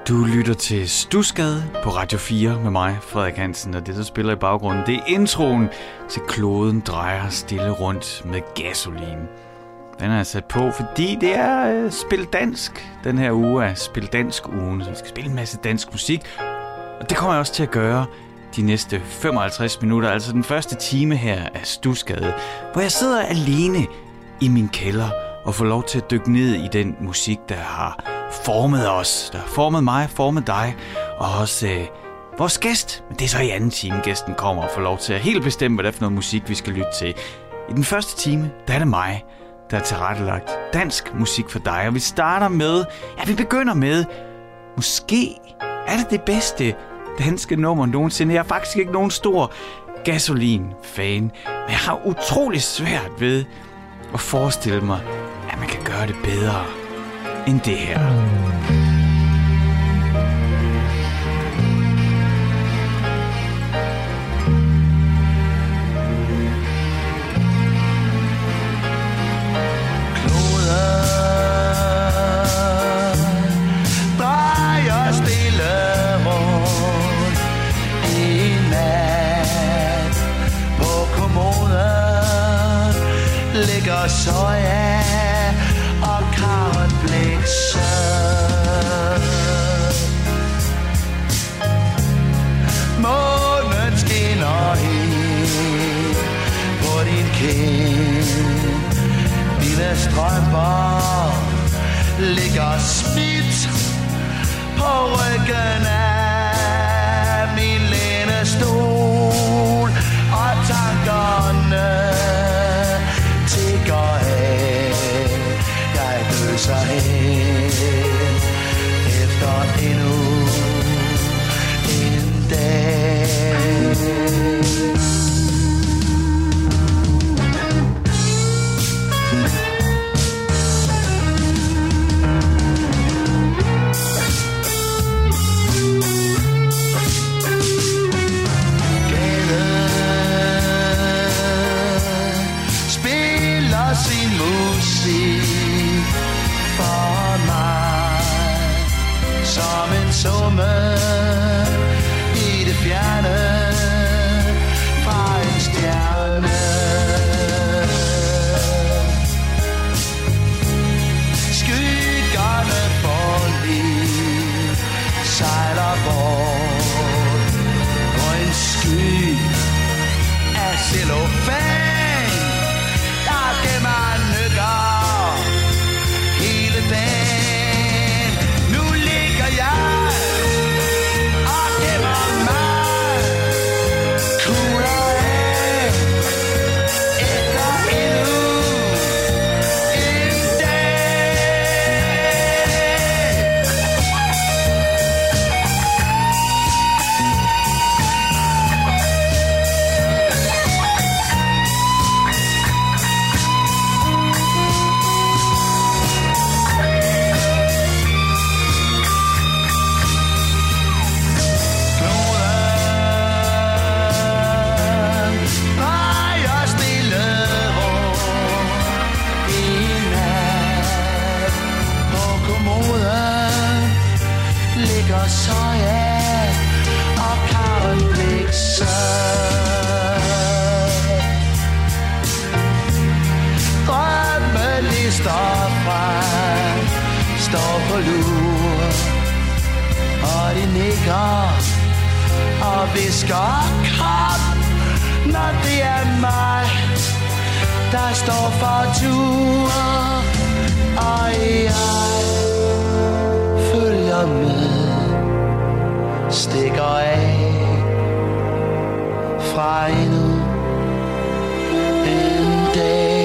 Du lytter til Studsgade på Radio 4 med mig, Frederik Hansen, og det, der spiller i baggrunden, det er introen til Kloden drejer stille rundt med gasolin. Den er jeg sat på, fordi det er Spil Dansk. Den her uge er Spil Dansk-ugen, så vi skal spille en masse dansk musik. Og det kommer jeg også til at gøre de næste 55 minutter, altså den første time her af Studsgade, hvor jeg sidder alene i min kælder og får lov til at dykke ned i den musik, der har formet os, der har formet mig, formet dig, og også vores gæst. Men det er så i anden time, gæsten kommer og får lov til at helt bestemme, hvad det er for noget musik, vi skal lytte til. I den første time, der er det mig, der er tilrettelagt dansk musik for dig. Og vi starter med, vi begynder med, måske er det bedste danske nummer nogensinde. Jeg er faktisk ikke nogen stor Gasolin-fan, men jeg har utrolig svært ved at forestille mig, at man kan gøre det bedre end det her. Soja og karotblikser. Månen skinner helt på din kind. Dine strømper ligger smidt på ryggen af min lænestol, og tankerne så hen efter endnu en dag. Gaden spiller sin musik for mig, som en summe i det fjerne fra en stjerne. Skyggerne for liv sejler bort på en sky af cellofan, der gemmer nykker hele dagen. Nu ligger jeg og gemmer mig, kugler af efter endnu en dag. Står på lur, og de nikker og visker kom, når det er mig, der står for tur, og jeg følger med, stikker af fra endnu en dag.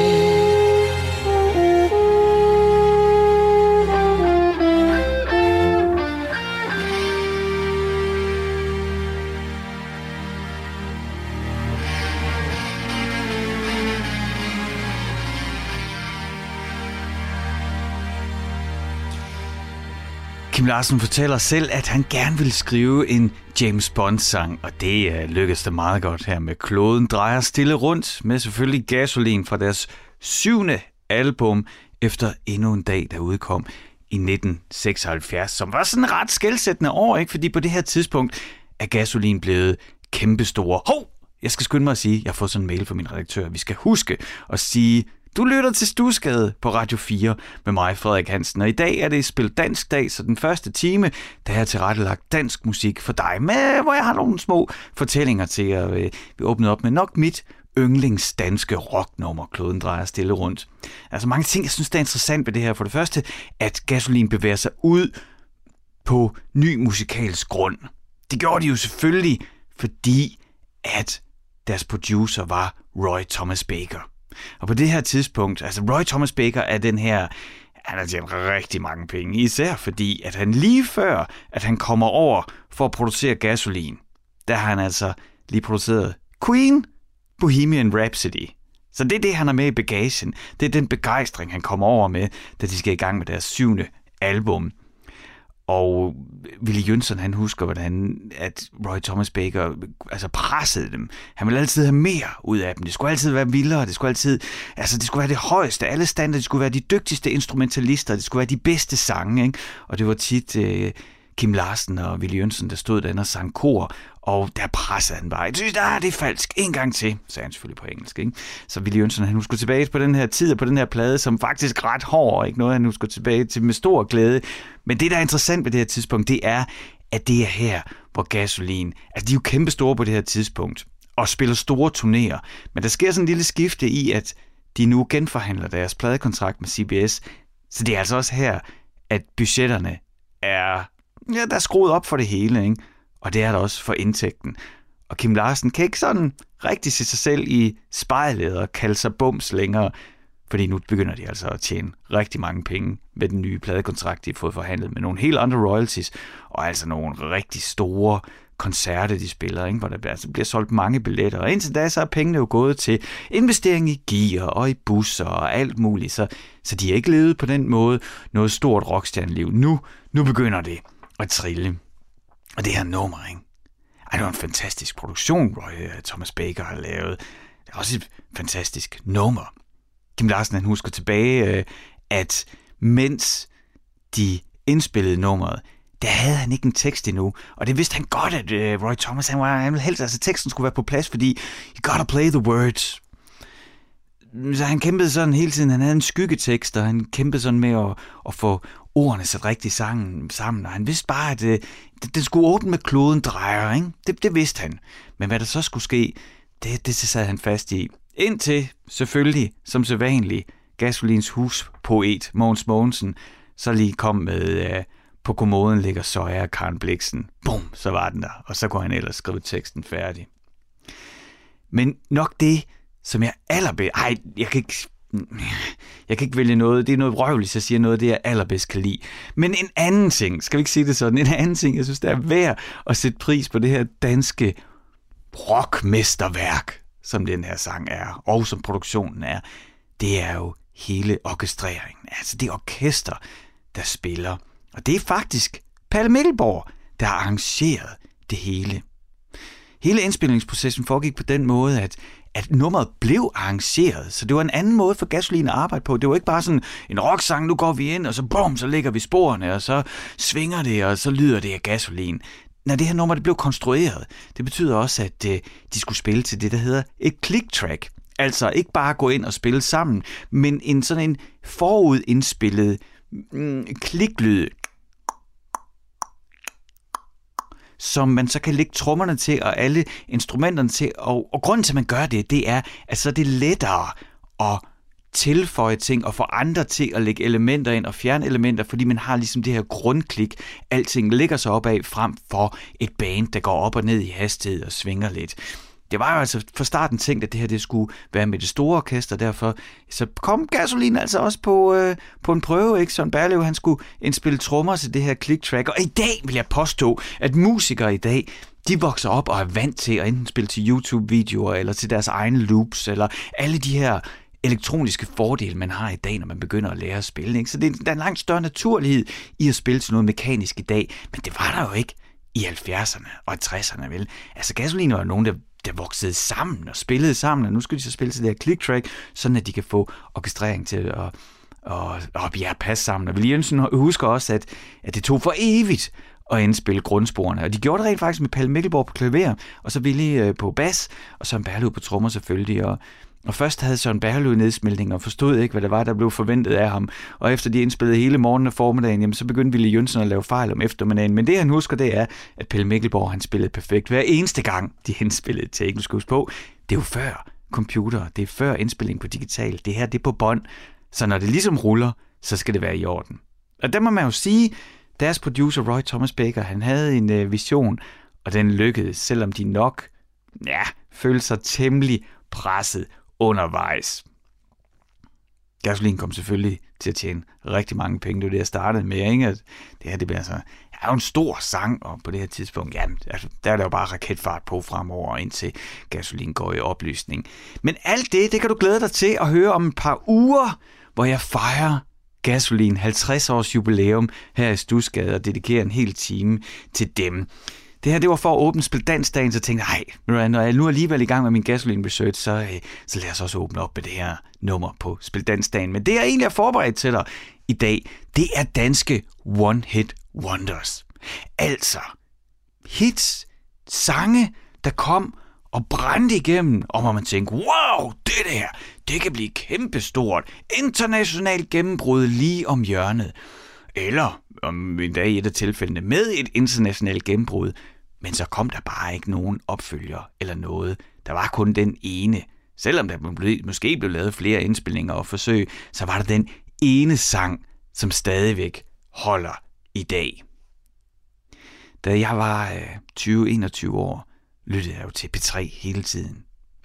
Kim Larsen fortæller selv, at han gerne vil skrive en James Bond-sang, og det lykkedes da meget godt her med Kloden drejer stille rundt, med selvfølgelig Gasolin fra deres 7. album, efter endnu en dag, der udkom i 1976, som var sådan et ret skelsættende år, ikke? Fordi på det her tidspunkt er Gasolin blevet kæmpestore. Jeg skal skynde mig at sige, jeg har fået sådan en mail fra min redaktør. Vi skal huske at sige, du lytter til Stusgade på Radio 4 med mig, Frederik Hansen. Og i dag er det Spil Dansk Dag, så den første time, der er tilrettelagt dansk musik for dig, med, hvor jeg har nogle små fortællinger til at vi åbnet op med nok mit yndlingsdanske rocknummer, Kloden drejer stille rundt. Altså mange ting, jeg synes, der er interessant ved det her. For det første, at Gasolin bevæger sig ud på ny musikalsk grund. Det gjorde de jo selvfølgelig, fordi at deres producer var Roy Thomas Baker. Og på det her tidspunkt, altså Roy Thomas Baker er den her, han har tjent rigtig mange penge, især fordi, at han lige før, at han kommer over for at producere Gasolin, der har han altså lige produceret Queen, Bohemian Rhapsody. Så det er det, han har med i bagagen. Det er den begejstring, han kommer over med, da de skal i gang med deres 7. album. Og Willy Jønsson, han husker, hvordan at Roy Thomas Baker altså pressede dem. Han ville altid have mere ud af dem. Det skulle altid være vildere. Det skulle være det højeste. Alle standarder. Det skulle være de dygtigste instrumentalister. Det skulle være de bedste sange. Ikke? Og det var tit Kim Larsen og Willy Jønsson, der stod der og sang kor. Og der pressede han bare. Jeg synes, det er falsk. En gang til, sagde han selvfølgelig på engelsk. Ikke? Så Willy Jønsson, han husker tilbage på den her tid og på den her plade, som faktisk ret hård, ikke noget, han husker tilbage til med stor glæde. Men det, der er interessant ved det her tidspunkt, det er, at det er her, hvor Gasolin, altså de er jo kæmpe store på det her tidspunkt, og spiller store turnéer. Men der sker sådan en lille skifte i, at de nu genforhandler deres pladekontrakt med CBS. Så det er altså også her, at budgetterne er skruet op for det hele, ikke? Og det er der også for indtægten. Og Kim Larsen kan ikke sådan rigtig se sig selv i spejlet og kalde sig bums længere, fordi nu begynder de altså at tjene rigtig mange penge med den nye pladekontrakt, de har fået forhandlet med nogle helt andre royalties, og altså nogle rigtig store koncerter, de spiller, ikke? Hvor der altså bliver solgt mange billetter. Og indtil da, så er pengene jo gået til investering i gear og i busser og alt muligt, så de har ikke levet på den måde noget stort rockstjerneliv. Nu begynder det at trille. Og det her nummer, ikke? Det var en fantastisk produktion, Roy Thomas Baker har lavet. Det er også et fantastisk nummer. Kim Larsen, han husker tilbage, at mens de indspillede nummeret, der havde han ikke en tekst endnu. Og det vidste han godt, at Roy Thomas, han ville helst, altså teksten skulle være på plads, fordi you gotta play the words. Så han kæmpede sådan hele tiden, han havde en skyggetekst, og han kæmpede sådan med at få ordene sat rigtig sammen, og han vidste bare, at den skulle åbne med kloden drejer, ikke? Det vidste han. Men hvad der så skulle ske, det sad han fast i. Indtil, selvfølgelig, som sædvanligt, Gasolins huspoet, Mogens Mogensen, så lige kom med, på kommoden ligger Søjer og Karen Bliksen. Bum, så var den der, og så kunne han ellers skrive teksten færdig. Men nok det, som jeg jeg kan ikke vælge noget, det er noget vrøvligt, så jeg siger noget, det jeg allerbedst kan lide. Men en anden ting, skal vi ikke sige det sådan, en anden ting, jeg synes, der er værd at sætte pris på det her danske rockmesterværk, som den her sang er, og som produktionen er, det er jo hele orkestreringen. Altså det orkester, der spiller. Og det er faktisk Palle Mikkelborg, der har arrangeret det hele. Hele indspilningsprocessen foregik på den måde, at nummeret blev arrangeret, så det var en anden måde for Gasolin at arbejde på. Det var ikke bare sådan en rocksang, nu går vi ind, og så bum, så lægger vi sporene, og så svinger det, og så lyder det af Gasolin. Når det her nummer det blev konstrueret, det betyder også, at de skulle spille til det, der hedder et click-track. Altså ikke bare gå ind og spille sammen, men sådan en forudindspillet kliklyd, som man så kan lægge trommerne til og alle instrumenterne til. Og grunden til, at man gør det er, at så er det lettere at tilføje ting og få andre til at lægge elementer ind og fjerne elementer, fordi man har ligesom det her grundklik. Alting ligger sig opad frem for et band, der går op og ned i hastighed og svinger lidt. Det var jo altså fra starten tænkt, at det her det skulle være med det store orkester, derfor så kom Gasolin altså også på en prøve, ikke? Søren Berlev, han skulle indspille trommer til det her click-track, og i dag vil jeg påstå, at musikere i dag, de vokser op og er vant til at enten spille til YouTube-videoer, eller til deres egne loops, eller alle de her elektroniske fordele, man har i dag, når man begynder at lære at spille, ikke? Så der er en langt større naturlighed i at spille til noget mekanisk i dag, men det var der jo ikke i 70'erne og 60'erne, vel? Altså Gasolin var nogen, der voksede sammen og spillede sammen, og nu skal de så spille til det her click-track, sådan at de kan få orkestrering til pas sammen. Og Willy Jønsson husker også, at det tog for evigt at indspille grundsporene. Og de gjorde det rent faktisk med Palle Mikkelborg på klaver, og så Willy på bas, og Søren Berløv på trommer selvfølgelig. Og først havde Søren Berløv nedsmeltning og forstod ikke, hvad det var, der blev forventet af ham. Og efter de indspillede hele morgenen og formiddagen, jamen, så begyndte Willy Jønsson at lave fejl om eftermiddagen. Men det, han husker, det er, at Palle Mikkelborg, han spillede perfekt hver eneste gang, de indspillede take. Nu skal huske på, det er jo før computer, det er før indspilling på digital. Det her, det er på bånd. Så når det ligesom ruller, så skal det være i orden. Og der må man jo sige, deres producer Roy Thomas Baker, han havde en vision, og den lykkedes, selvom de nok følte sig temmelig presset undervejs. Gasolin kom selvfølgelig til at tjene rigtig mange penge. Det var det, jeg startede med. Ikke? Det her, det bliver er jo en stor sang, og på det her tidspunkt, der er der jo bare raketfart på fremover, indtil Gasolin går i oplysning. Men alt det kan du glæde dig til at høre om et par uger, hvor jeg fejrer Gasolin 50 års jubilæum her i Studsgade og dedikerer en hel time til dem. Det her, det var for at åbne Spildansdagen, så tænkte jeg, når jeg nu er alligevel i gang med min Gasolin research, så lad os også åbne op med det her nummer på Spildansdagen. Men det, jeg egentlig er forberedt til dig i dag, det er danske one-hit wonders. Altså hits, sange, der kom og brændte igennem, og hvor man tænker, wow, det kan blive kæmpestort. Internationalt gennembrud lige om hjørnet. Eller om en dag i et af tilfældene med et internationalt gennembrud, men så kom der bare ikke nogen opfølger eller noget. Der var kun den ene. Selvom der måske blev lavet flere indspilninger og forsøg, så var der den ene sang, som stadigvæk holder i dag. Da jeg var 20-21 år, lyttede jeg jo til P3 hele tiden.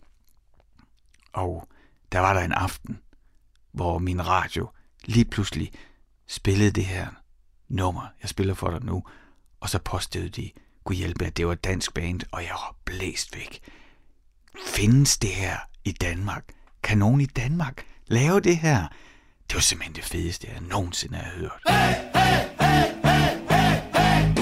Og der var der en aften, hvor min radio lige pludselig spillede det her nummer, jeg spiller for dig nu, og så påstod de, kunne hjælpe, at det var et dansk band, og jeg var blæst væk. Findes det her i Danmark? Kan nogen i Danmark lave det her? Det var simpelthen det fedeste, jeg nogensinde har hørt. Hey, hey, hey, hey, hey, hey.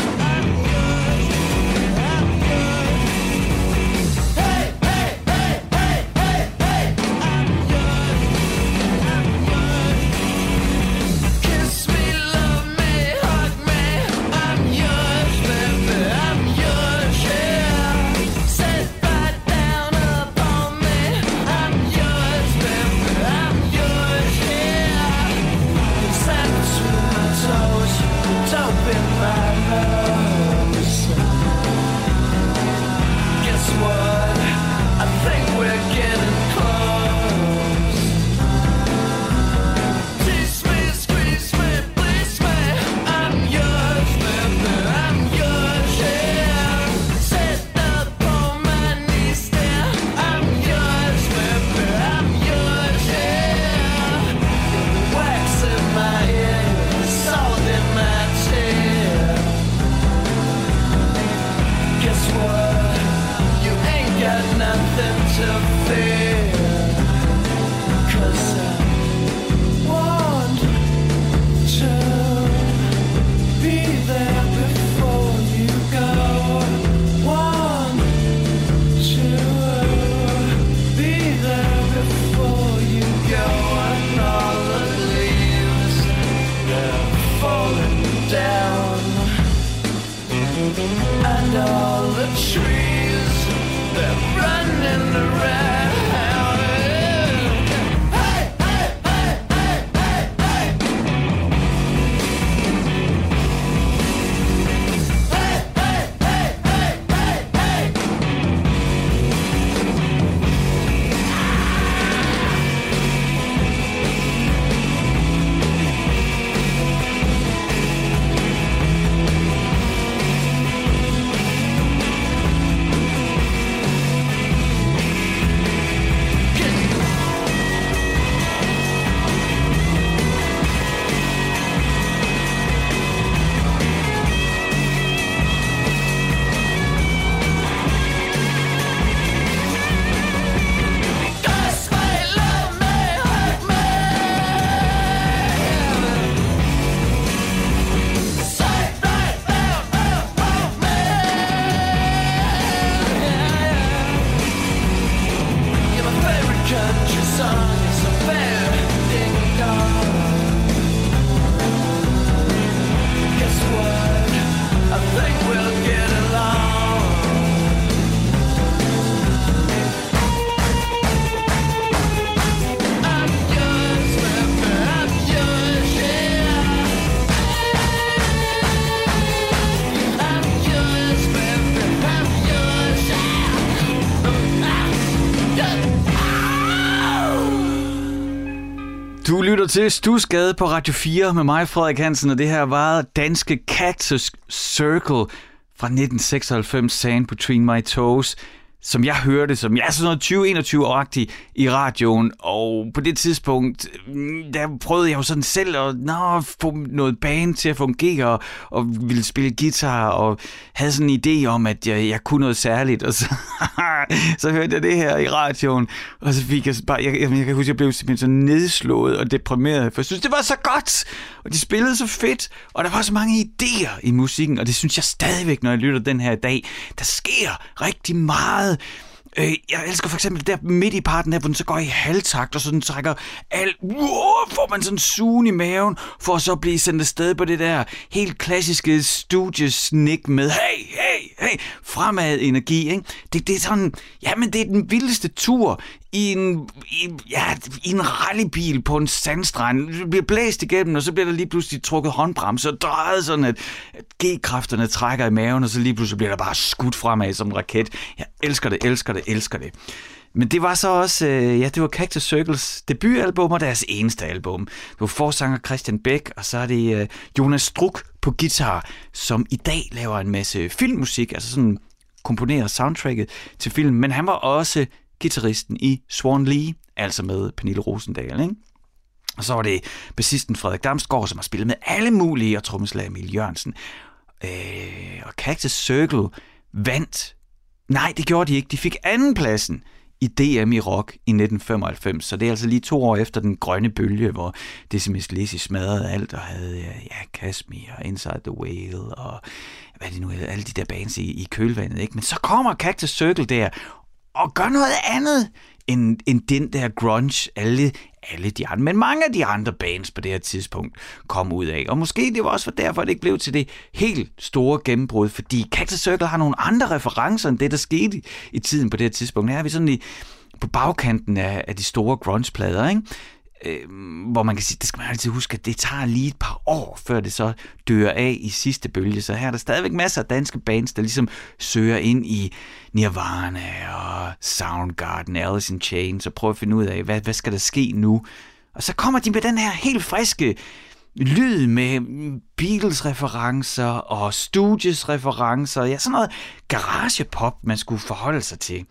til Stusgade på Radio 4 med mig, Frederik Hansen, og det her var danske Cactus Circle fra 1996, Sand Between My Toes, som jeg hørte, som jeg er sådan noget 2021-agtig i radioen, og på det tidspunkt, der prøvede jeg jo sådan selv at få noget band til at fungere, og ville spille guitar, og havde sådan en idé om, at jeg kunne noget særligt, og så hørte jeg det her i radioen, og så fik jeg bare, jeg kan huske, jeg blev simpelthen så nedslået og deprimeret, for jeg synes, det var så godt, og de spillede så fedt, og der var så mange idéer i musikken, og det synes jeg stadigvæk, når jeg lytter den her dag, der sker rigtig meget. Jeg elsker for eksempel der midt i parten der, hvor den så går i halvtakt, og sådan trækker alt, får man sådan sugen i maven, for at så blive sendt afsted på det der helt klassiske studiesnik med, hey, fremad energi, ikke? Det er sådan, jamen det er den vildeste tur i en rallybil på en sandstrand. Det bliver blæst igennem, og så bliver der lige pludselig trukket håndbremse og drejet sådan, at G-kræfterne trækker i maven, og så lige pludselig bliver der bare skudt fremad som en raket. Jeg elsker det. Men det var så også, det var Cactus Circles debutalbum og deres eneste album. Det var forsanger Christian Bech, og så er det Jonas Struk på guitar, som i dag laver en masse filmmusik, altså sådan komponerer soundtracket til film, men han var også guitaristen i Swan Lee, altså med Pernille Rosendahl, ikke? Og så var det bassisten Frederik Damsgaard, som har spillet med alle mulige, og trommeslager Emil Jørgensen. Og Cactus Circle vandt. Nej, det gjorde de ikke. De fik andenpladsen i DM i rock i 1995, så det er altså lige 2 år efter den grønne bølge, hvor Decimus Lizzy smadrede alt, og havde Kashmir og Inside the Whale, og hvad det nu hedder, alle de der bands i kølvandet, ikke? Men så kommer Cactus Circle der, og gør noget andet end den der grunge, alle de andre, men mange af de andre bands på det her tidspunkt kom ud af. Og måske det var også derfor, at det ikke blev til det helt store gennembrud, fordi Cactus Circle har nogle andre referencer end det, der skete i tiden på det her tidspunkt. Her er vi sådan på bagkanten af de store grunge-plader, ikke? Hvor man kan sige, det skal man altid huske, at det tager lige et par år, før det så dør af i sidste bølge. Så her er der stadigvæk masser af danske bands, der ligesom søger ind i Nirvana og Soundgarden, Alice in Chains, og prøver at finde ud af, hvad skal der ske nu? Og så kommer de med den her helt friske lyd med Beatles-referencer og Stooges-referencer, sådan noget garagepop, man skulle forholde sig til.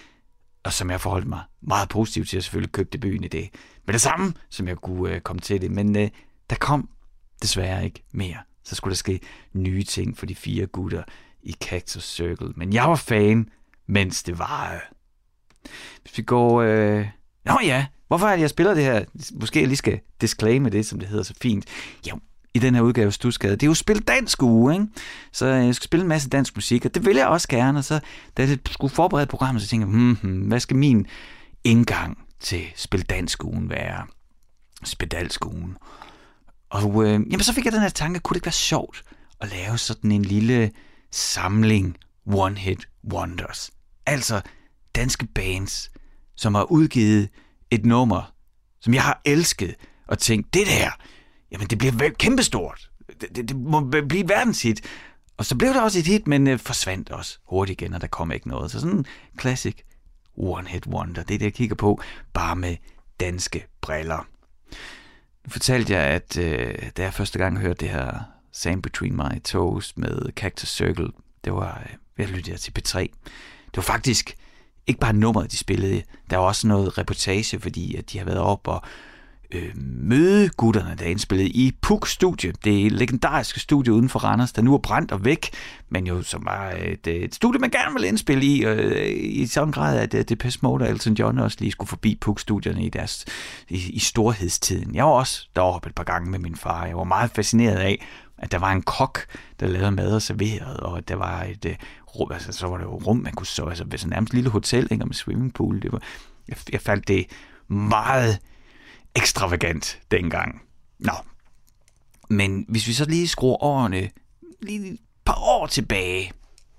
Og som jeg forholdt mig meget positivt til at selvfølgelig købe debuten i det. Men det samme, som jeg kunne komme til det. Men der kom desværre ikke mere. Så skulle der ske nye ting for de 4 gutter i Cactus Circle. Men jeg var fan, mens det var. Hvis vi går... hvorfor er det, jeg spiller det her? Måske jeg lige skal disclaime det, som det hedder så fint. Jo, i den her udgave af Stusgade. Det er jo Spil Dansk uge, ikke? Så jeg skal spille en masse dansk musik, og det vil jeg også gerne. Og så, da jeg skulle forberede programmet, så tænkte jeg, hvad skal min indgang til Spil Dansk ugen være? Spedalsk ugen. Og så fik jeg den her tanke, kunne det ikke være sjovt at lave sådan en lille samling one-hit wonders? Altså danske bands, som har udgivet et nummer, som jeg har elsket og tænkt, det der, jamen det bliver kæmpestort. Det må blive et verdenshit. Og så blev der også et hit, men forsvandt også hurtigt igen, og der kom ikke noget. Så sådan en classic one-hit wonder, det er det, jeg kigger på, bare med danske briller. Nu fortalte jeg, at da jeg første gang hørte det her Sand Between My Toes med Cactus Circle, det var ved at lytte til P3. Det var faktisk ikke bare nummeret, de spillede. Der var også noget reportage, fordi at de har været op og møde gutterne, der er indspillet i Puk Studie. Det legendariske studie uden for Randers, der nu er brændt og væk, men jo som var et studie, man gerne ville indspille i sådan grad, at Depeche Mode og Elton John også lige skulle forbi Puk-studierne i storhedstiden. Jeg var også deroppe et par gange med min far. Jeg var meget fascineret af, at der var en kok, der lavede mad og serverede, og der var et rum, altså så var det jo rum, man kunne sove, altså sådan nærmest et lille hotel, ikke, med swimmingpool. Jeg fandt det meget ekstravagant dengang. Nå. Men hvis vi så lige skruer årene lige et par år tilbage,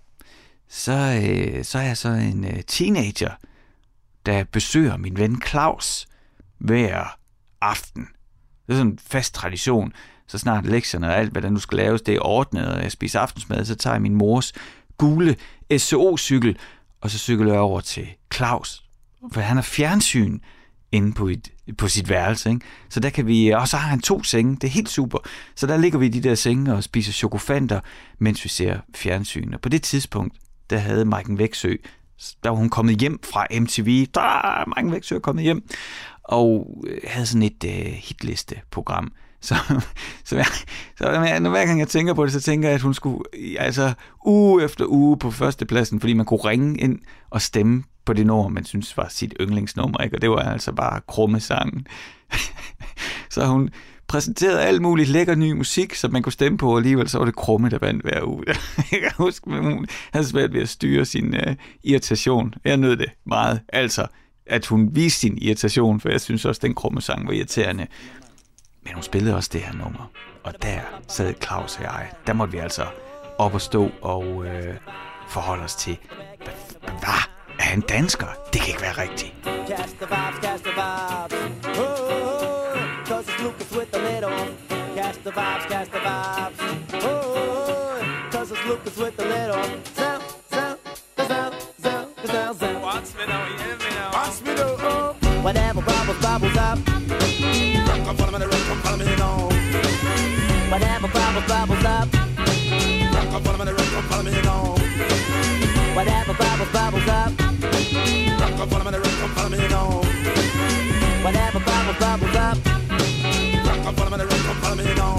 så er jeg så en teenager, der besøger min ven Claus hver aften. Det er sådan en fast tradition. Så snart lektierne og alt, hvad der nu skal laves, det er ordnet, og jeg spiser aftensmad, så tager jeg min mors gule SCO-cykel, og så cykler jeg over til Claus, for han har fjernsyn inde på sit værelse, ikke? Så der kan vi, og så har han 2 senge, det er helt super. Så der ligger vi i de der senge og spiser chokofanter, mens vi ser fjernsyn. Og på det tidspunkt, der havde Maiken Wexø, der var hun kommet hjem fra MTV. Maiken Wexø er kommet hjem, og havde sådan et hitlisteprogram. Så når hver gang jeg tænker på det, så tænker jeg, at hun skulle altså uge efter uge på førstepladsen, fordi man kunne ringe ind og stemme på det nummer, man synes var sit yndlingsnummer, ikke? Og det var altså bare Krummesangen. Så hun præsenterede alt muligt lækker ny musik, som man kunne stemme på, og alligevel så var det Krumme, der vandt hver uge. Jeg kan huske, at hun havde svært ved at styre sin irritation. Jeg nød det meget. Altså, at hun viste sin irritation, for jeg synes også, at den Krummesang var irriterende. Men hun spillede også det her nummer, og der sad Claus og jeg. Der måtte vi altså op og stå og forholde os til, hvad er han dansker? Det kan ikke være rigtigt. Cast the vibes, cast the vibes. Oh, cause it's Lucas with the lid on. Cast the vibes, cast the vibes. Oh, cause it's Lucas with the lid on. Sound, sound, sound, sound, sound, sound. Watch me now, hear me now. Watch me now. Oh, whatever bubbles, bubbles up. Come follow me, come follow me now. Whatever bubbles, bubbles up. Come follow me, come follow me now. Whatever bubbles, bubbles up. Come follow me, come follow me now. Whatever bubbles, bubbles up. Come follow me, come follow me now.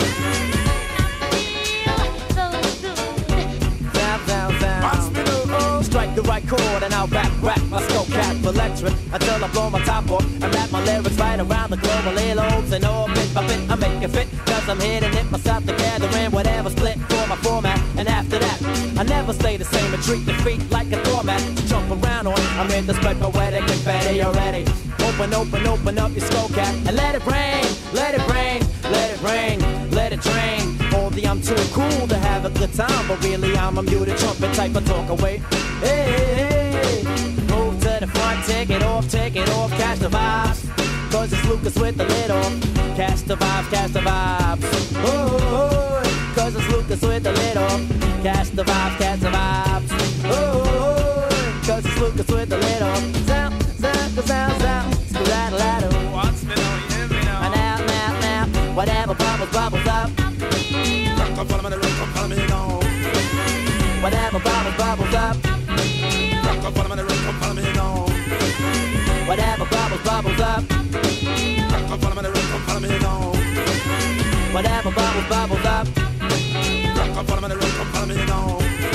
Sound, sound, sound. Strike the right chord and I'll rap my skull cap electric until I blow my top off and rap my lyrics right around the globe. I lay loads and all bit by bit I make it fit, cause I'm hitting it myself together in whatever split for my format. And after that I never stay the same and treat defeat like a doormat to jump around on. I'm in the spread poetic confetti already. Open, open, open up your skull cap and let it rain, let it rain, let it rain, let it drain. Only I'm too cool to have a good time, but really I'm a muted trumpet type of talk away. Hey, hey, hey. Move to the front, take it off, catch the vibes. Cause it's Lucas with the lid off. Catch the vibes, catch the vibes. Oh, cause it's Lucas with the lid off. Catch the vibes, catch the vibes. Oh, cause it's Lucas with the lid off. Sound, sound, sound, sound. Skedaddle, laddle. Watch me now, hear me now. And out, now, now. Whatever bubbles, bubbles up. Come follow me, come follow me now. Whatever bubbles, bubbles up. Come follow me, come follow me now. Whatever bubbles, bubbles up. Come follow me, come follow me now. Whatever bubbles, bubbles up. Come follow me, come follow me now.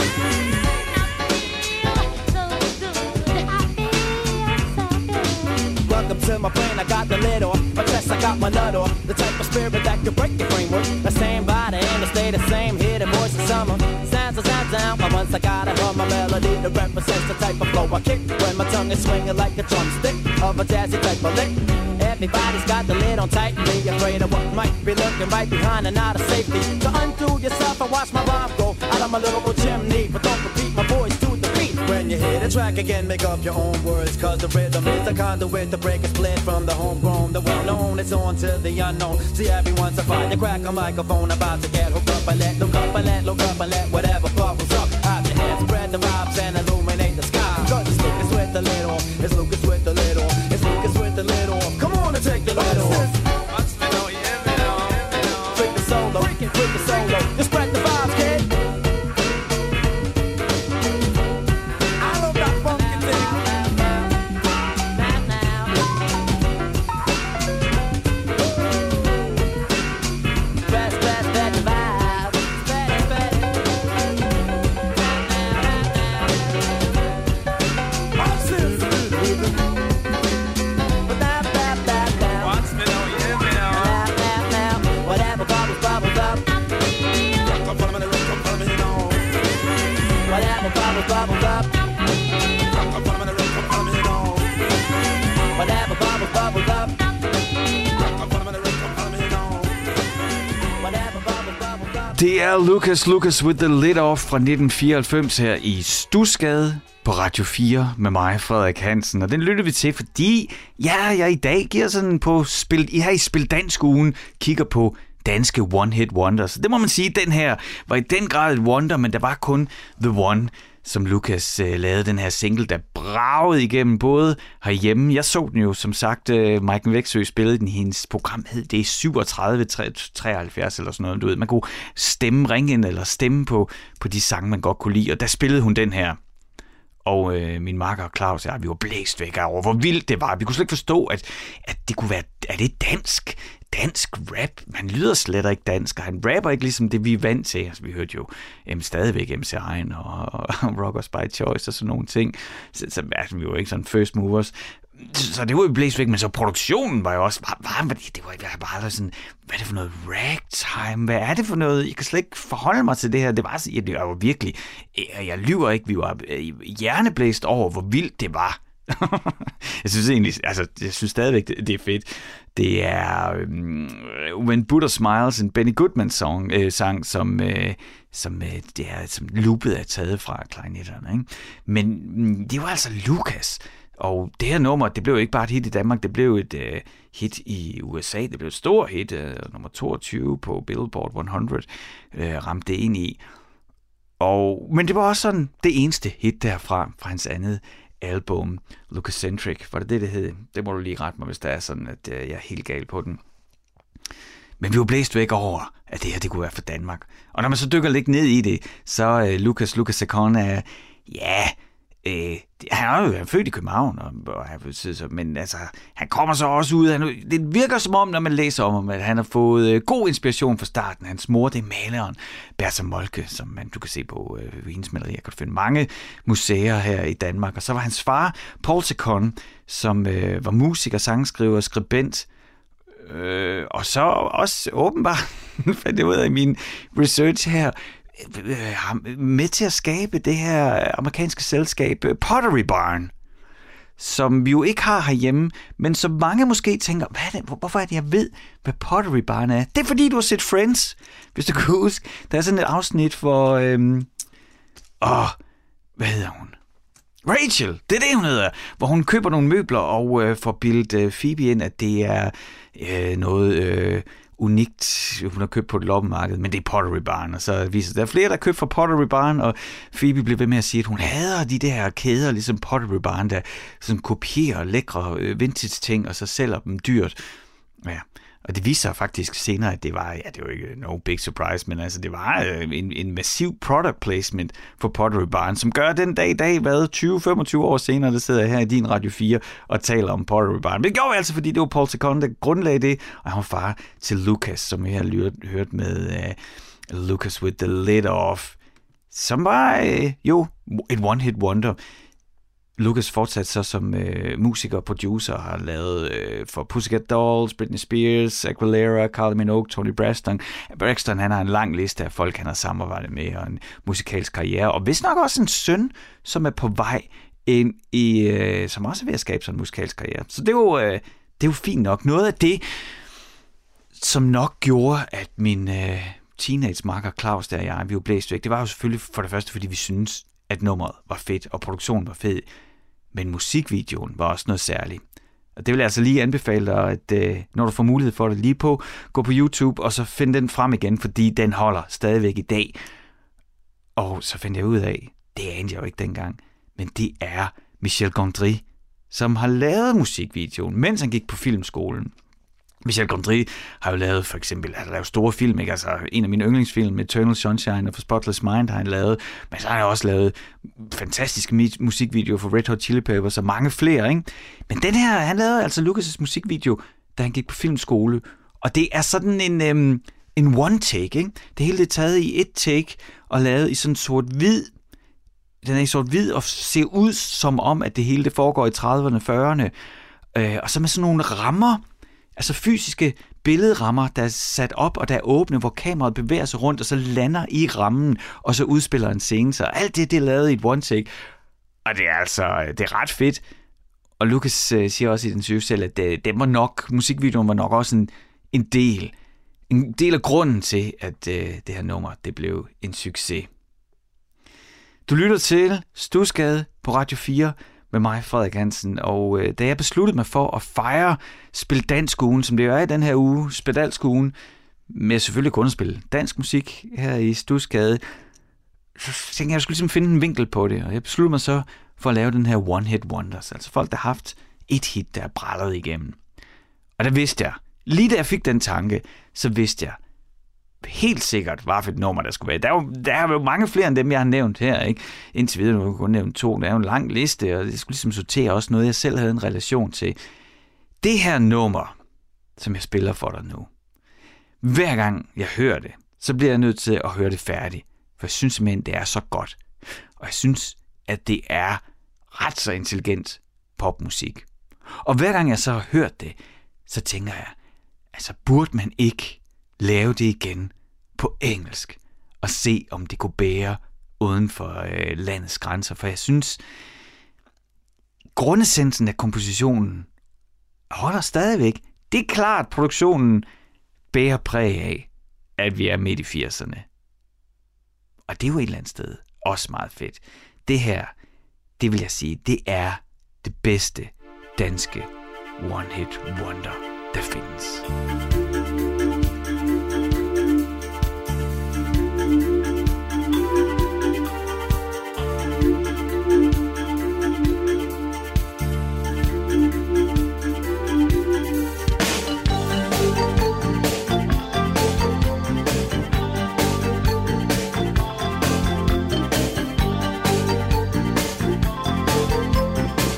Welcome to my brain, I got the lid off. My chest, I got my nut off. The type of spirit that can break your framework. The same body and the stay the same. Hear the voice of summer. Sounds of sound down. But once I gotta hum a melody that represents the type of flow I kick. When my tongue is swinging like a drumstick of a jazzy type of lick. Everybody's got the lid on tight and be afraid of what might be lurking right behind and out of safety. To undo yourself and watch my rhyme go out of my little chimney. But don't repeat my voice to the beat. When you hear the track again, make up your own words. Cause the rhythm is the conduit to break a split from the homegrown. The well-known, it's on to the unknown. See everyone's a fight to crack a microphone. About to get hooked up and let, look up and let, look up and let whatever bubbles up out your head. Spread the vibes and illuminate the sky. Cause it's Lucas with the lid on. It's Lucas with the lid on. It's Lucas with the lid on. Come on and take the lid off. Watch me now, hear me now. Freak the solo, freak the solo. Just spread the vibes, kid. I love that funky thing. Spread the vibes. Spread it. Watch me now, hear me now. Whatever bubbles, bubbles up. Come follow me, come follow me now. Whatever bubbles, bubbles up. Come follow me, come follow me now. Whatever bubbles, bubbles up. Come follow me, come follow me now. Whatever bubbles, bubbles up. Det er Lucas with the Lid Off fra 1994 her i Studsgade på Radio 4 med mig, Frederik Hansen. Og den lytter vi til, fordi jeg i dag giver sådan på her i Spil Dansk Ugen kigger på danske one-hit wonders. Det må man sige, den her var i den grad et wonder, men der var kun The One. som Lucas lavede den her single, der bragede igennem både herhjemme. Jeg så den jo, som sagt, Maiken Wexø spillede den i hendes program, hed det 37-73 eller sådan noget, du ved. Man kunne ringe ind eller stemme på de sange, man godt kunne lide, og der spillede hun den her. Og min makker Claus og jeg, vi var blæst væk over, hvor vildt det var. Vi kunne slet ikke forstå, at det kunne være, er det dansk rap? Man lyder slet ikke dansk, og han rapper ikke ligesom det, vi er vant til. Altså, vi hørte jo stadigvæk MC Hein og Rockers by Choice og sådan nogle ting. Så altså, vi var ikke sådan first movers. Så det var jo blæst væk, men så produktionen var jo også, det var bare sådan, hvad er det for noget ragtime? Hvad er det for noget? Jeg kan slet ikke forholde mig til det her. Det var virkelig, jeg lyver ikke, vi var hjerneblæst over, hvor vildt det var. Jeg synes egentlig, altså, jeg synes stadigvæk, det er fedt. Det er When Buddha Smiles, en Benny Goodman sang, som loopet er taget fra klarinetterne, ikke? Men det var altså Lucas. Og det her nummer, det blev ikke bare et hit i Danmark, det blev et hit i USA. Det blev et stort hit, nummer 22 på Billboard 100, ramte det ind i. Men det var også sådan det eneste hit derfra, fra hans andet album, Lucacentric. Var det hed? Det må du lige rette mig, hvis det er sådan, at jeg er helt gal på den. Men vi var blæst væk over, at det her det kunne være for Danmark. Og når man så dykker lidt ned i det, så Lucas Chacon er, han er jo født i København, men altså, han kommer så også ud. Det virker som om, når man læser om ham, at han har fået god inspiration fra starten. Hans mor, det er maleren Bertha Moltke, som du kan se på hendes malerier. Kan du finde mange museer her i Danmark. Og så var hans far, Paul Chacon, som var musiker, sangskriver og skribent. Og så også åbenbart, fandt jeg ud af i min research her, med til at skabe det her amerikanske selskab Pottery Barn, som vi jo ikke har herhjemme, men som mange måske tænker, hvorfor er det, jeg ved, hvad Pottery Barn er? Det er fordi, du har set Friends, hvis du kan huske. Der er sådan et afsnit for, hvad hedder hun? Rachel, det er det, hun hedder, hvor hun køber nogle møbler og får bildet Phoebe ind, at det er noget unikt, hun har købt på et loppemarked, men det er Pottery Barn, og så viser det, der er flere, der har købt fra Pottery Barn, og Phoebe bliver ved med at sige, at hun hader de der kæder, ligesom Pottery Barn, der sådan kopierer lækre vintage ting, og så sælger dem dyrt. Ja. Og det viser faktisk senere, at det var, det var ikke no big surprise, men altså det var en massiv product placement for Pottery Barn, som gør den dag i dag, 20-25 år senere, der sidder jeg her i din Radio 4 og taler om Pottery Barn. Men det gjorde vi altså, fordi det var Paul Chacon, der grundlagde det, og han var far til Lucas, som vi har hørt med Lucas with the Lid Off, som var et one-hit wonder. Lucas fortsatte så som musiker og producer, har lavet for Pussycat Dolls, Britney Spears, Aguilera, Kylie Minogue, Toni Braxton. Braxton, han har en lang liste af folk, han har samarbejdet med, og en musikalsk karriere, og vist nok også en søn, som er på vej ind i, som også er ved at skabe sådan en musikalsk karriere. Så det er jo fint nok. Noget af det, som nok gjorde, at min teenage-makker Claus der og jeg, vi var blæst væk, det var jo selvfølgelig for det første, fordi vi synes at nummeret var fedt, og produktionen var fed, men musikvideoen var også noget særligt. Og det vil jeg altså lige anbefale dig, at når du får mulighed for det lige gå på YouTube, og så find den frem igen, fordi den holder stadigvæk i dag. Og så fandt jeg ud af, det anede jeg jo ikke dengang, men det er Michel Gondry, som har lavet musikvideoen, mens han gik på filmskolen. Michel Gondry har jo lavet, for eksempel, han har lavet store film, ikke? Altså en af mine yndlingsfilm, Eternal Sunshine og For Spotless Mind har han lavet, men så har han også lavet fantastiske musikvideoer for Red Hot Chili Peppers og mange flere, ikke? Men den her, han lavede altså Lucas' musikvideo, da han gik på filmskole, og det er sådan en one take, ikke? Det hele er taget i et take og lavet i sådan sort-hvid. Den er i sort-hvid og ser ud som om, at det hele det foregår i 30'erne, 40'erne, og så med sådan nogle rammer, altså fysiske billedrammer, der er sat op, og der er åbne, hvor kameraet bevæger sig rundt, og så lander i rammen, og så udspiller en scene. Så alt det er lavet i et one take. Og det er altså, det er ret fedt. Og Lucas siger også i den syge selv, at det var nok, musikvideoen var nok også en del af grunden til, at det her nummer, det blev en succes. Du lytter til Studsgade på Radio 4, med mig, Frederik Hansen, og da jeg besluttede mig for at fejre Spil Dansk-ugen, som det jo er i den her uge, Spil Dansk-ugen, med selvfølgelig kun at spille dansk musik her i Studsgade, så tænkte jeg skulle ligesom finde en vinkel på det, og jeg besluttede mig så for at lave den her one-hit wonders, altså folk, der har haft et hit, der er brællet igennem. Og der vidste jeg, lige da jeg fik den tanke, så vidste jeg helt sikkert, hvad for et nummer der skulle være. Der er jo mange flere end dem, jeg har nævnt her, ikke? Indtil videre, nu har jeg kun nævnt 2. Der er jo en lang liste, og det skulle ligesom sortere også noget, jeg selv havde en relation til. Det her nummer, som jeg spiller for dig nu, hver gang jeg hører det, så bliver jeg nødt til at høre det færdigt. For jeg synes simpelthen, det er så godt. Og jeg synes, at det er ret så intelligent popmusik. Og hver gang jeg så har hørt det, så tænker jeg, altså burde man ikke lave det igen på engelsk og se, om det kunne bære uden for landets grænser. For jeg synes, grundessensen af kompositionen holder stadigvæk. Det er klart, produktionen bærer præg af, at vi er midt i 80'erne. Og det er jo et eller andet sted også meget fedt. Det her, det vil jeg sige, det er det bedste danske one-hit wonder, der findes.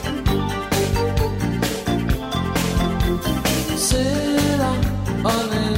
Sidder og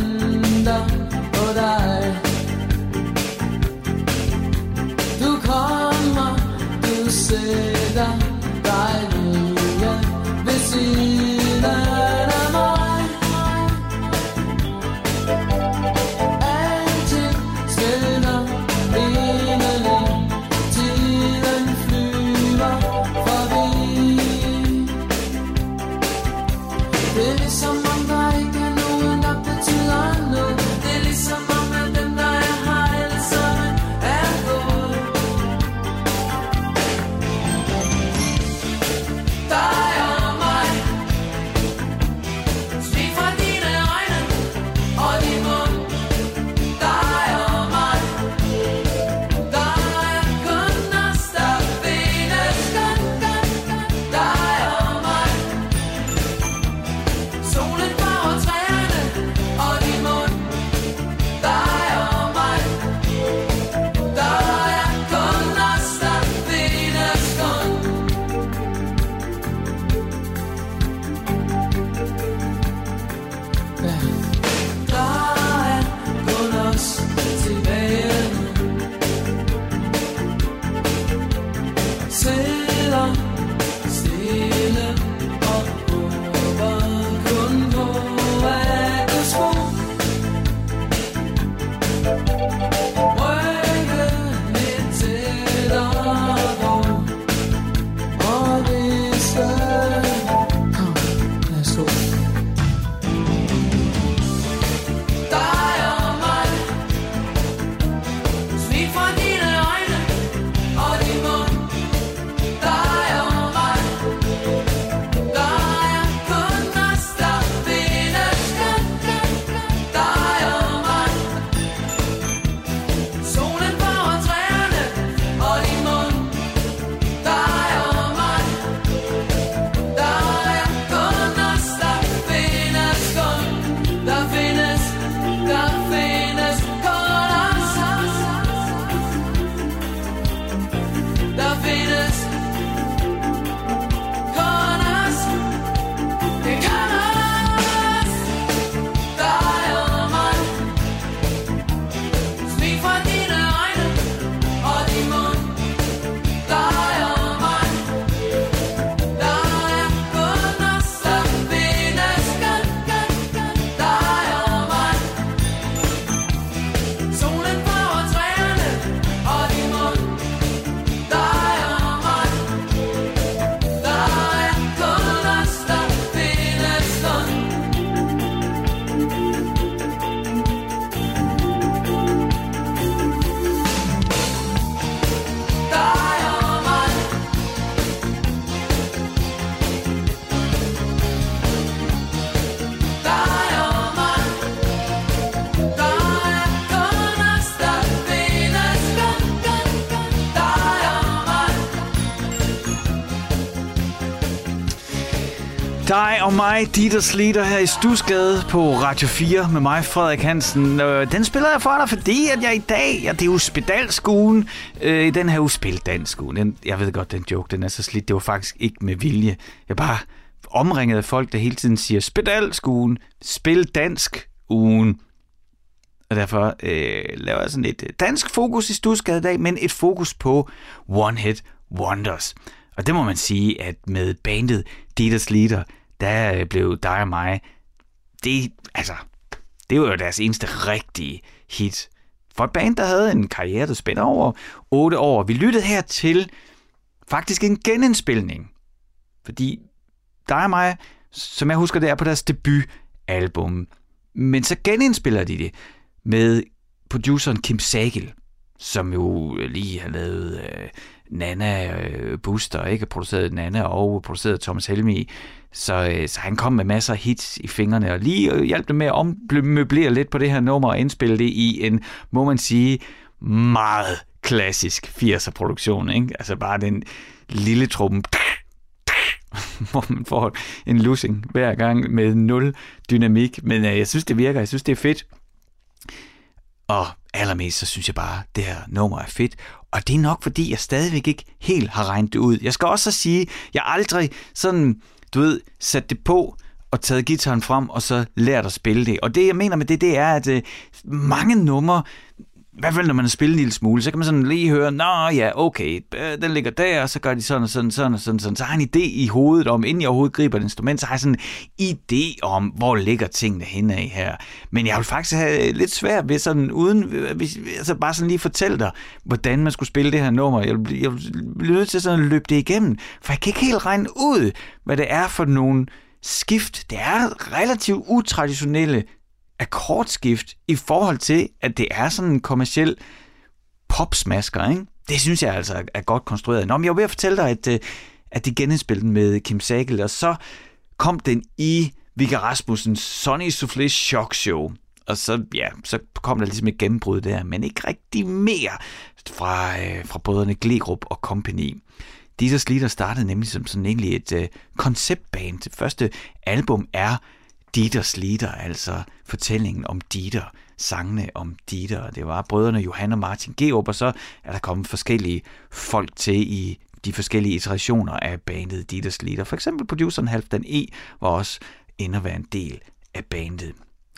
Dig og mig, Dieters Lieder her i Stusgade på Radio 4 med mig, Frederik Hansen. Den spiller jeg for dig, fordi at jeg i dag, det er jo spedalskuen, i den her uge spildanskuen. Jeg ved godt, den joke, den er så slidt. Det var faktisk ikke med vilje. Jeg bare omringet af folk, der hele tiden siger spedalskuen, spildansk-ugen. Og derfor laver jeg sådan et dansk fokus i Stusgade i dag, men et fokus på One Hit Wonders. Og det må man sige, at med bandet Dieters Lieder, der blev Dig og mig, det var jo deres eneste rigtige hit. For et band, der havde en karriere, der spænder over 8 år. Vi lyttede her til faktisk en genindspilning. Fordi Dig og mig, som jeg husker, det er på deres debutalbum. Men så genindspiller de det med produceren Kim Sagill, som jo lige har lavet Nana Buster, ikke? Produceret Nana og produceret Thomas Helmig. Så han kom med masser af hits i fingrene, og lige hjalp dem med at ommøblere lidt på det her nummer og indspille det i en, må man sige, meget klassisk 80'er-produktion, ikke? Altså bare den lille truppen, hvor man får en lussing hver gang med 0 dynamik. Men jeg synes, det virker. Jeg synes, det er fedt. Og allermest, så synes jeg bare, det her nummer er fedt. Og det er nok, fordi jeg stadigvæk ikke helt har regnet det ud. Jeg skal også sige, jeg aldrig sådan, sat det på og taget guitaren frem, og så lært at spille det. Og det, jeg mener med det er, at mange numre, i hvert fald når man har spillet en lille smule, så kan man sådan lige høre, nå ja, okay, den ligger der, og så gør de sådan og sådan, sådan og sådan, sådan. Så har jeg en idé i hovedet om, inden jeg overhovedet griber et instrument, så har jeg sådan en idé om, hvor ligger tingene henne af her. Men jeg vil faktisk have lidt svært ved sådan, uden, altså bare sådan lige fortælle dig, hvordan man skulle spille det her nummer. Jeg bliver nødt til sådan at løbe det igennem, for jeg kan ikke helt regne ud, hvad det er for nogle skift. Det er relativt utraditionelle akkordskift i forhold til, at det er sådan en kommerciel popsmasker, ikke? Det synes jeg altså er godt konstrueret. Nå, men jeg var ved at fortælle dig, at de genindspillede den med Kim Sagill, og så kom den i Vigga Rasmussens Sonny Soufflés Shock Show. Og så kom der ligesom et gennembrud der, men ikke rigtig mere fra brødrene Gleerup og Company. Dieters Lieder startede nemlig som sådan egentlig et konceptband. Det første album er Dieters Lieder, altså fortællingen om Dieter, sangene om Dieter. Det var brødrene Johan og Martin Gleerup, og så er der kommet forskellige folk til i de forskellige iterationer af bandet Dieters Lieder. For eksempel produceren Halfdan E. var også en del af bandet.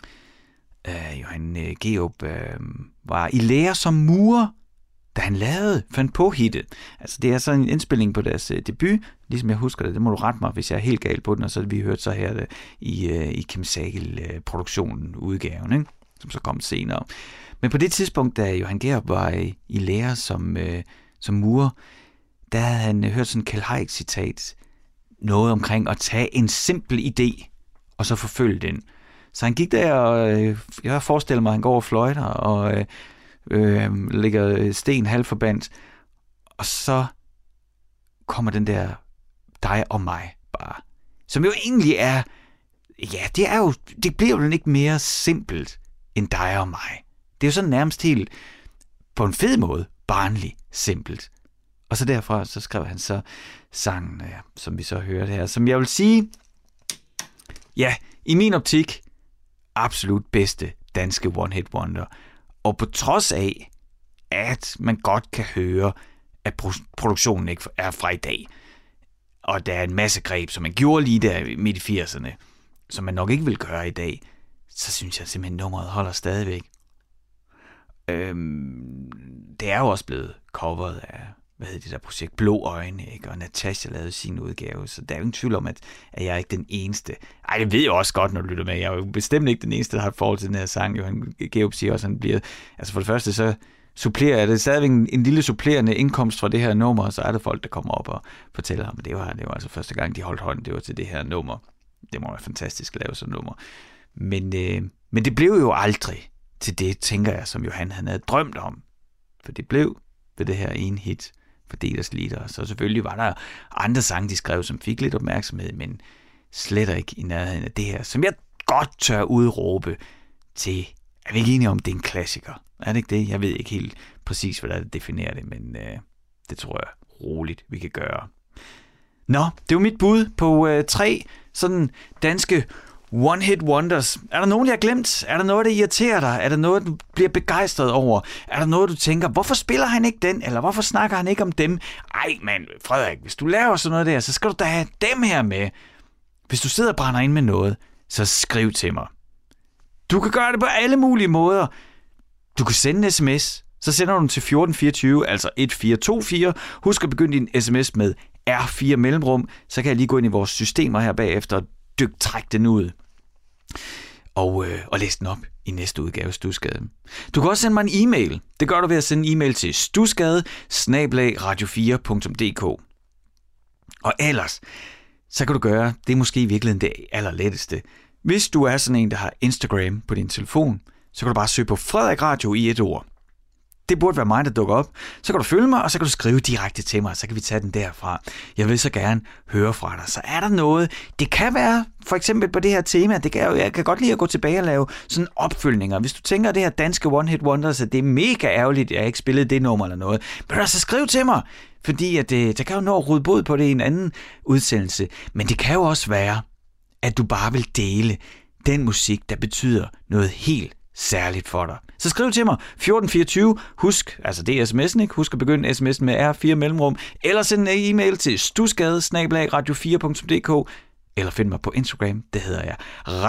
Johan Gleerup var i lære som murer, da han fandt på hittet. Altså det er så en indspilning på deres debut, ligesom jeg husker det. Det må du rette mig, hvis jeg er helt gal på den, og så vi hørt så her i Kim Sagill-produktionen, udgaven, ikke? Som så kom senere. Men på det tidspunkt, da Johan Gleerup var i lære som murer, der havde han hørt sådan en Kjeld Haik-citat, noget omkring at tage en simpel idé, og så forfølge den. Så han gik der, og jeg forestiller mig, at han går og fløjter, og ligger sten halvforbandt, og så kommer den der Dig og mig bare, som jo egentlig er, det bliver jo ikke mere simpelt end Dig og mig. Det er jo sådan nærmest helt på en fed måde barnlig simpelt. Og så derfra så skrev han så sangen, som vi så hørte her, som jeg vil sige, i min optik absolut bedste danske One Hit Wonder. Og på trods af, at man godt kan høre, at produktionen ikke er fra i dag, og der er en masse greb, som man gjorde lige der midt i 80'erne, som man nok ikke vil gøre i dag, så synes jeg simpelthen, nummeret holder stadigvæk. Det er jo også blevet coveret af, det der projekt Blå Øjne, ikke? Og Natasha lavede sin udgave, så der er jo ingen tvivl om, at jeg er ikke den eneste. Ej, det ved jeg også godt, når du lytter med. Jeg er jo bestemt ikke den eneste, der har et forhold til den her sang. Johan Gleerup siger også, at han bliver, altså for det første, så supplerer det stadigvæk en lille supplerende indkomst fra det her nummer, og så er der folk, der kommer op og fortæller ham, at det var altså første gang, de holdt hånden, det var til det her nummer. Det må være fantastisk at lave sådan et nummer. Men det blev jo aldrig til det, tænker jeg, som Johan han havde drømt om. For det blev ved det her ene hit for Dieters Lieder. Så selvfølgelig var der andre sange, de skrev, som fik lidt opmærksomhed, men slet ikke i nærheden af det her, som jeg godt tør udråbe til, er vi ikke enige om, det er en klassiker? Er det ikke det? Jeg ved ikke helt præcis, hvad der definerer det, men det tror jeg roligt, vi kan gøre. Nå, det var mit bud på 3 sådan danske one-hit wonders. Er der nogen, jeg har glemt? Er der noget, der irriterer dig? Er der noget, du bliver begejstret over? Er der noget, du tænker, hvorfor spiller han ikke den? Eller hvorfor snakker han ikke om dem? Ej, mand, Frederik, hvis du laver sådan noget der, så skal du da have dem her med. Hvis du sidder og brænder ind med noget, så skriv til mig. Du kan gøre det på alle mulige måder. Du kan sende en sms. Så sender du den til 1424, altså 1424. Husk at begynde din sms med R4 mellemrum. Så kan jeg lige gå ind i vores systemer her bagefter og trække den ud. Og læse den op i næste udgave af Stusgade. Du kan også sende mig en e-mail. Det gør du ved at sende en e-mail til stusgade@radio4.dk. Og ellers, så kan du gøre, det er måske i virkeligheden det allerletteste. Hvis du er sådan en, der har Instagram på din telefon, så kan du bare søge på Frederik Radio i et ord. Det burde være mig, der dukker op. Så kan du følge mig, og så kan du skrive direkte til mig, så kan vi tage den derfra. Jeg vil så gerne høre fra dig. Så er der noget, det kan være for eksempel på det her tema, jeg kan godt lide at gå tilbage og lave sådan opfølgninger. Hvis du tænker, at det her danske one-hit wonders, at det er mega ærgerligt, at jeg ikke spillede det nummer eller noget, men så skriv til mig, fordi at det kan jo nå at rydde bod på det i en anden udsendelse. Men det kan jo også være, at du bare vil dele den musik, der betyder noget helt særligt for dig. Så skriv til mig 1424. Husk, altså det er sms'en, ikke? Husk at begynde sms'en med R4 mellemrum, eller send en e-mail til stusgade@radio4.dk, eller find mig på Instagram. Det hedder jeg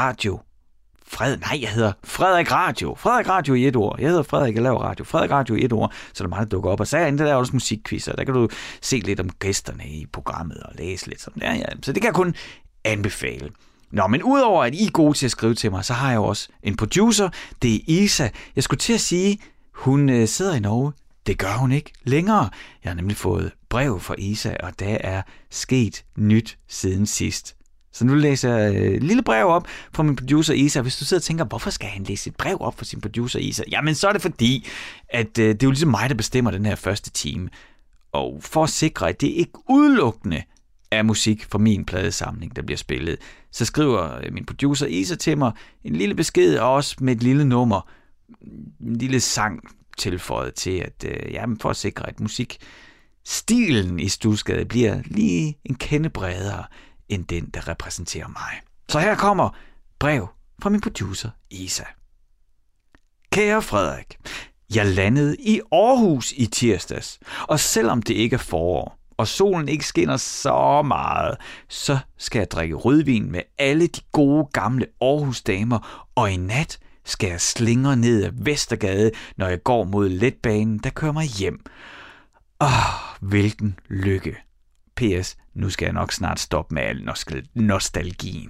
jeg hedder Frederik Radio. Frederik Radio i et ord. Jeg hedder Frederik, jeg laver radio. Frederik Radio i et ord, så der er meget, der dukker op. Og så er der også musikquizzer. Der kan du se lidt om gæsterne i programmet og læse lidt sådan der. Ja. Så det kan jeg kun anbefale. Nå, men udover at I er gode til at skrive til mig, så har jeg også en producer. Det er Isa. Jeg skulle til at sige, hun sidder i Norge. Det gør hun ikke længere. Jeg har nemlig fået brev fra Isa, og der er sket nyt siden sidst. Så nu læser jeg et lille brev op fra min producer Isa. Hvis du sidder og tænker, hvorfor skal han læse et brev op fra sin producer Isa? Jamen, så er det fordi, at det er jo ligesom mig, der bestemmer den her første time. Og for at sikre, at det ikke udelukkende er musik fra min pladesamling, der bliver spillet, så skriver min producer Isa til mig en lille besked, og også med et lille nummer, en lille sang tilføjet til, at for at sikre, at musikstilen i Stusgade bliver lige en kende bredere end den, der repræsenterer mig. Så her kommer brev fra min producer Isa. Kære Frederik, jeg landede i Aarhus i tirsdags, og selvom det ikke er forår, og solen ikke skinner så meget, så skal jeg drikke rødvin med alle de gode gamle Aarhus-damer, og i nat skal jeg slingre ned ad Vestergade, når jeg går mod letbanen, der kører mig hjem. Hvilken lykke. PS, nu skal jeg nok snart stoppe med al nostalgien.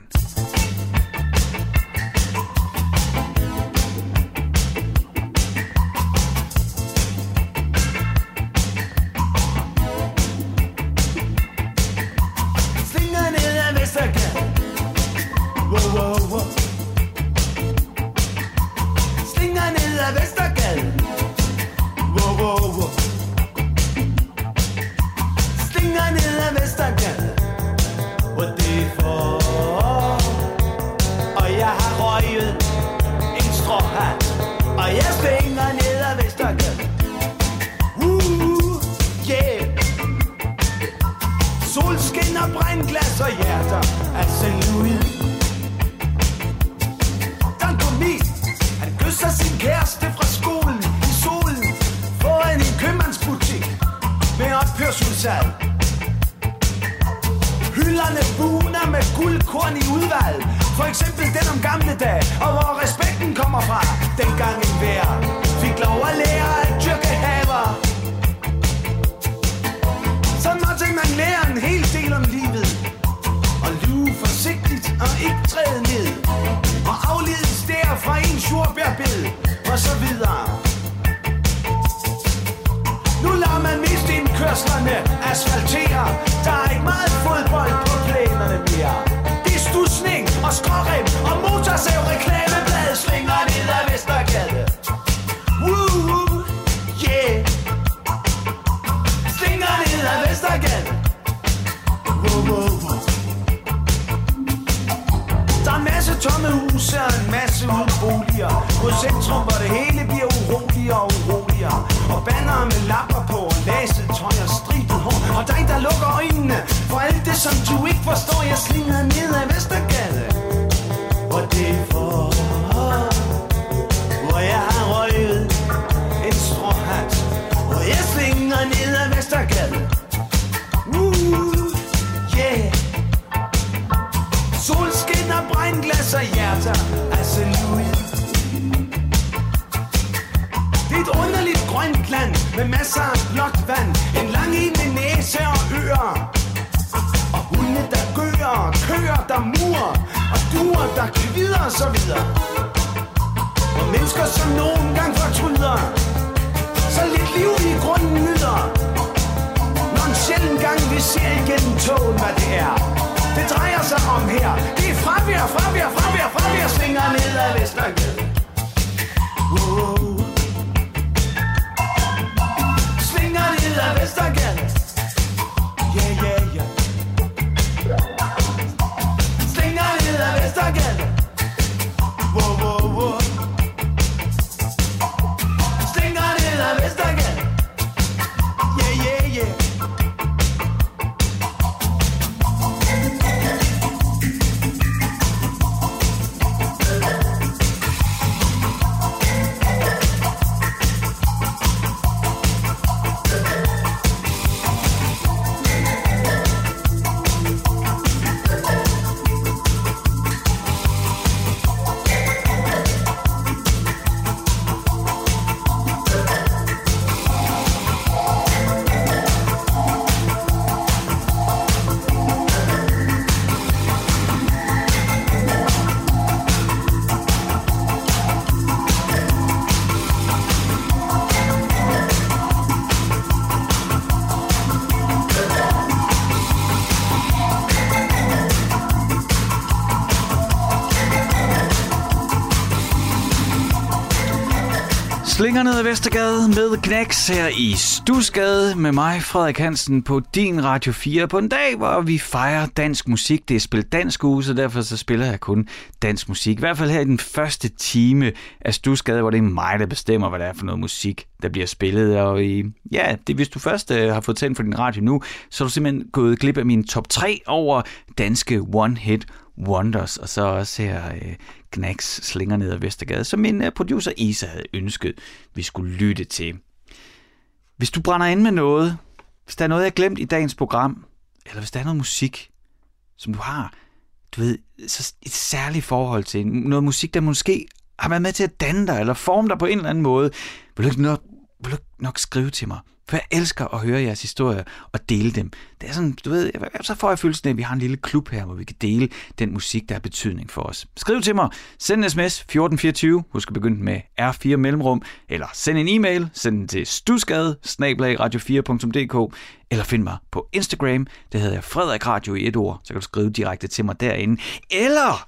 Hylderne buner med guldkorn i udvalg. For eksempel den om gamle dage, og hvor respekten kommer fra. Dengang en hver fik lov at lære at dyrke haver. Så måtte man lære en hel del om livet. Og lyve forsigtigt og ikke træde ned. Og afledes der fra en jordbærbed. Og så videre. Nu lader man mest indkørslerne asfaltere. Der er ikke meget fodbold på plænerne mere. Det er stusning og skrårem og motorsav reklameblad slinger ned ad Vestergade. Woo, yeah. Slinger ned ad Vestergade. Woo. Der er en masse tomme huse og en masse uboliger. På centrum, hvor det hele bliver uroligere og uroligere. Og bannere med lapper på og laset tøj og stridet hår. Og der er en, der lukker øjnene for alt det, som Et underligt grønt land med masser af blåt vand. En lang en med næse og ører. Og hunde der gør, køer der murer. Og duer der kvider og så videre. Og mennesker som nogen gang fortryder. Så lidt liv i grunden nyder. Når en sjælden gang vi ser igennem togen, hvad det er. Det drejer sig om her. Det er fravær. Svinger ned ad Vestergade. Svinger ned ad Vestergade. Yeah. Svinger ned ad Vestergade. Wow. Svinger ned ad Vestergade. Yeah. Slinger ned ad Vestergade med Knacks her i Stusgade med mig, Frederik Hansen, på din Radio 4 på en dag, hvor vi fejrer dansk musik. Det er spillet dansk uge, så derfor så spiller jeg kun dansk musik. I hvert fald her i den første time af Stusgade, hvor det er mig, der bestemmer, hvad det er for noget musik, der bliver spillet. Og hvis du først har fået tændt for din radio nu, så er du simpelthen gået glip af min top 3 over danske one-hit wonders, og så også her Knacks Slinger ned ad Vestergade, som min producer Isa havde ønsket, vi skulle lytte til. Hvis du brænder ind med noget, hvis der er noget, jeg har glemt i dagens program, eller hvis der er noget musik, som du har, så et særligt forhold til, noget musik, der måske har været med til at danne dig, eller forme dig på en eller anden måde, vil du nok skrive til mig. For jeg elsker at høre jeres historier og dele dem. Det er sådan, så får jeg følelsen af, at vi har en lille klub her, hvor vi kan dele den musik, der har betydning for os. Skriv til mig. Send en sms 1424. Husk at begynde med R4 mellemrum. Eller send en e-mail. Send den til stusgade@radio4.dk. Eller find mig på Instagram. Det hedder jeg Frederik Radio i et ord. Så kan du skrive direkte til mig derinde. Eller...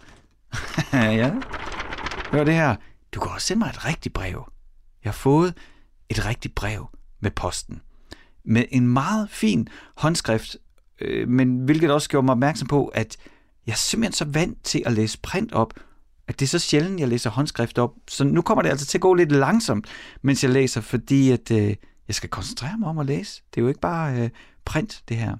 ja. Hør det her. Du kan også sende mig et rigtigt brev. Jeg har fået et rigtigt brev med posten. Med en meget fin håndskrift, men hvilket også gjorde mig opmærksom på, at jeg er simpelthen så vant til at læse print op, at det er så sjældent, jeg læser håndskrift op. Så nu kommer det altså til at gå lidt langsomt, mens jeg læser, fordi at, jeg skal koncentrere mig om at læse. Det er jo ikke bare print, det her.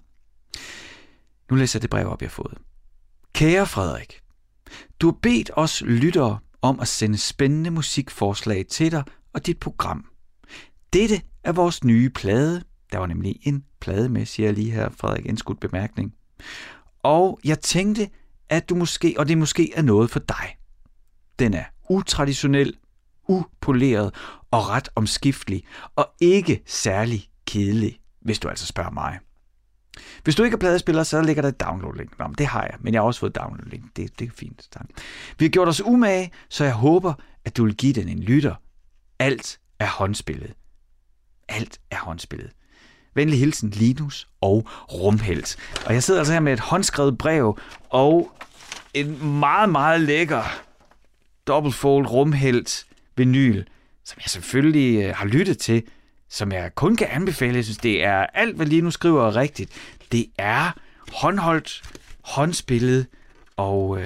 Nu læser jeg det brev op, jeg har fået. Kære Frederik, du har bedt os lyttere om at sende spændende musikforslag til dig og dit program. Dette er vores nye plade. Der var nemlig en plade med, siger jeg lige her, Frederik, indskudt bemærkning. Og jeg tænkte, at du måske, og det måske er noget for dig. Den er utraditionel, upoleret og ret omskiftelig, og ikke særlig kedelig, hvis du altså spørger mig. Hvis du ikke er pladespiller, så ligger der et download-link. Nå, det har jeg, men jeg har også fået download-link. Det er fint. Tak. Vi har gjort os umage, så jeg håber, at du vil give den en lytter. Alt er håndspillet. Alt er håndspillet. Venlig hilsen, Linus og Rumhelt. Og jeg sidder altså her med et håndskrevet brev og en meget, meget lækker dobbeltfold Rumhelt vinyl, som jeg selvfølgelig har lyttet til, som jeg kun kan anbefale. Jeg synes, det er alt, hvad Linus skriver er rigtigt. Det er håndholdt, håndspillet og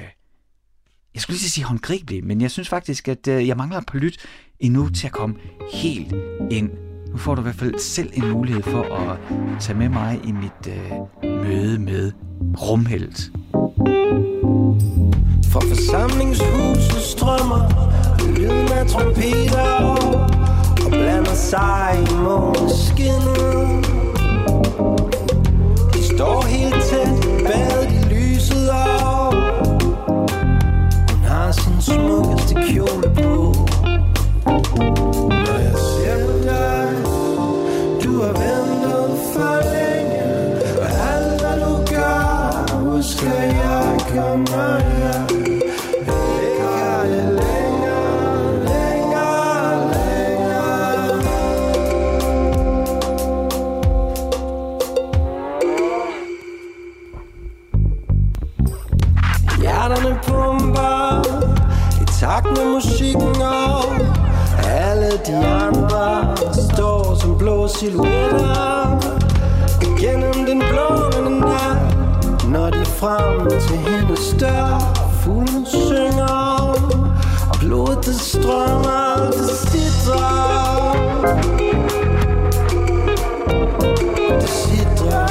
jeg skulle lige sige håndgribeligt, men jeg synes faktisk, at jeg mangler et par lyt endnu til at komme helt ind. Nu får du i hvert fald selv en mulighed for at tage med mig i mit møde med Rumhelt. For forsamlingshuset strømmer lyden af trompeter og blander sig i måneskinnet. De står helt tæt badet i lyset og hun har sin smukkeste kjole på. Når jeg silhuetter gennem den blående nat. Når de frem til hendes dør, fuglen synger, og blodet det strømmer, det sidder. Det sidder.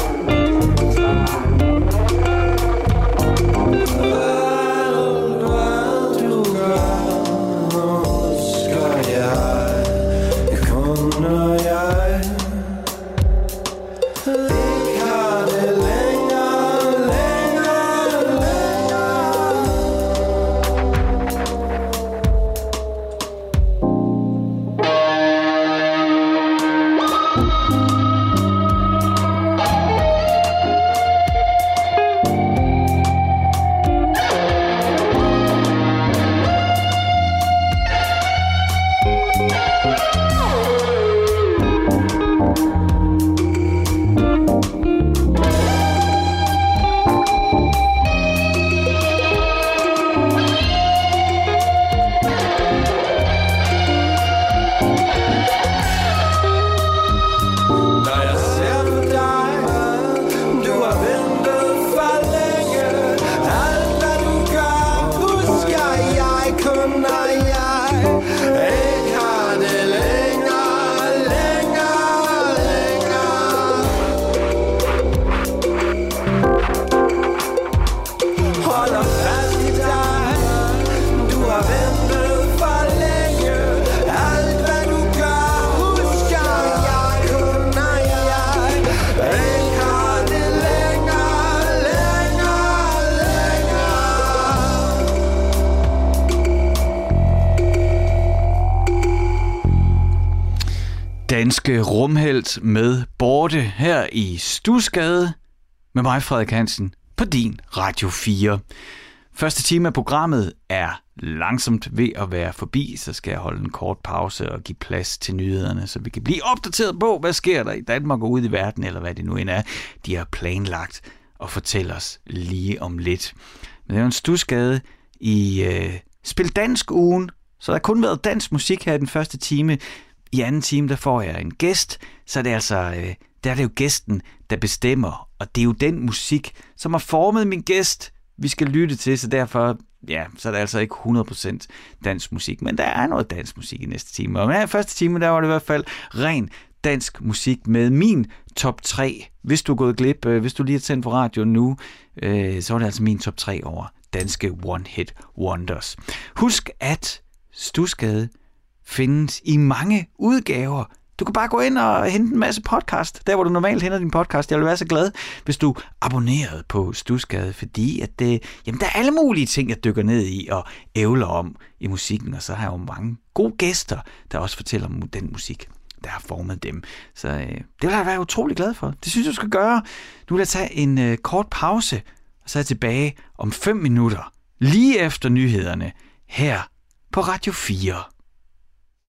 Danske rumhelt med Borte her i Stusgade med mig, Frederik Hansen, på din Radio 4. Første time af programmet er langsomt ved at være forbi, så skal jeg holde en kort pause og give plads til nyhederne, så vi kan blive opdateret på, hvad sker der i Danmark og ude i verden, eller hvad det nu end er, de har planlagt og fortælle os lige om lidt. Men det er jo en Stusgade i Spil Dansk ugen, så der har kun været dansk musik her i den første time. I anden time, der får jeg en gæst, så er det altså, der er det jo gæsten, der bestemmer, og det er jo den musik, som har formet min gæst, vi skal lytte til, så derfor, ja, så er det altså ikke 100% dansk musik, men der er noget dansk musik i næste time, og i første time, der var det i hvert fald ren dansk musik med min top 3, hvis du er gået glip, hvis du lige har tændt på radioen nu, så er det altså min top 3 over danske one-hit wonders. Husk, at Stusgade findes i mange udgaver. Du kan bare gå ind og hente en masse podcast, der hvor du normalt henter din podcast. Jeg vil være så glad, hvis du abonnerede på Stusgade, fordi at der er alle mulige ting, jeg dykker ned i og ævler om i musikken, og så har jeg jo mange gode gæster, der også fortæller om den musik, der har formet dem. Så det vil jeg være utrolig glad for. Det synes jeg, du skal gøre. Nu vil jeg tage en kort pause, og så er jeg tilbage om 5 minutter, lige efter nyhederne, her på Radio 4.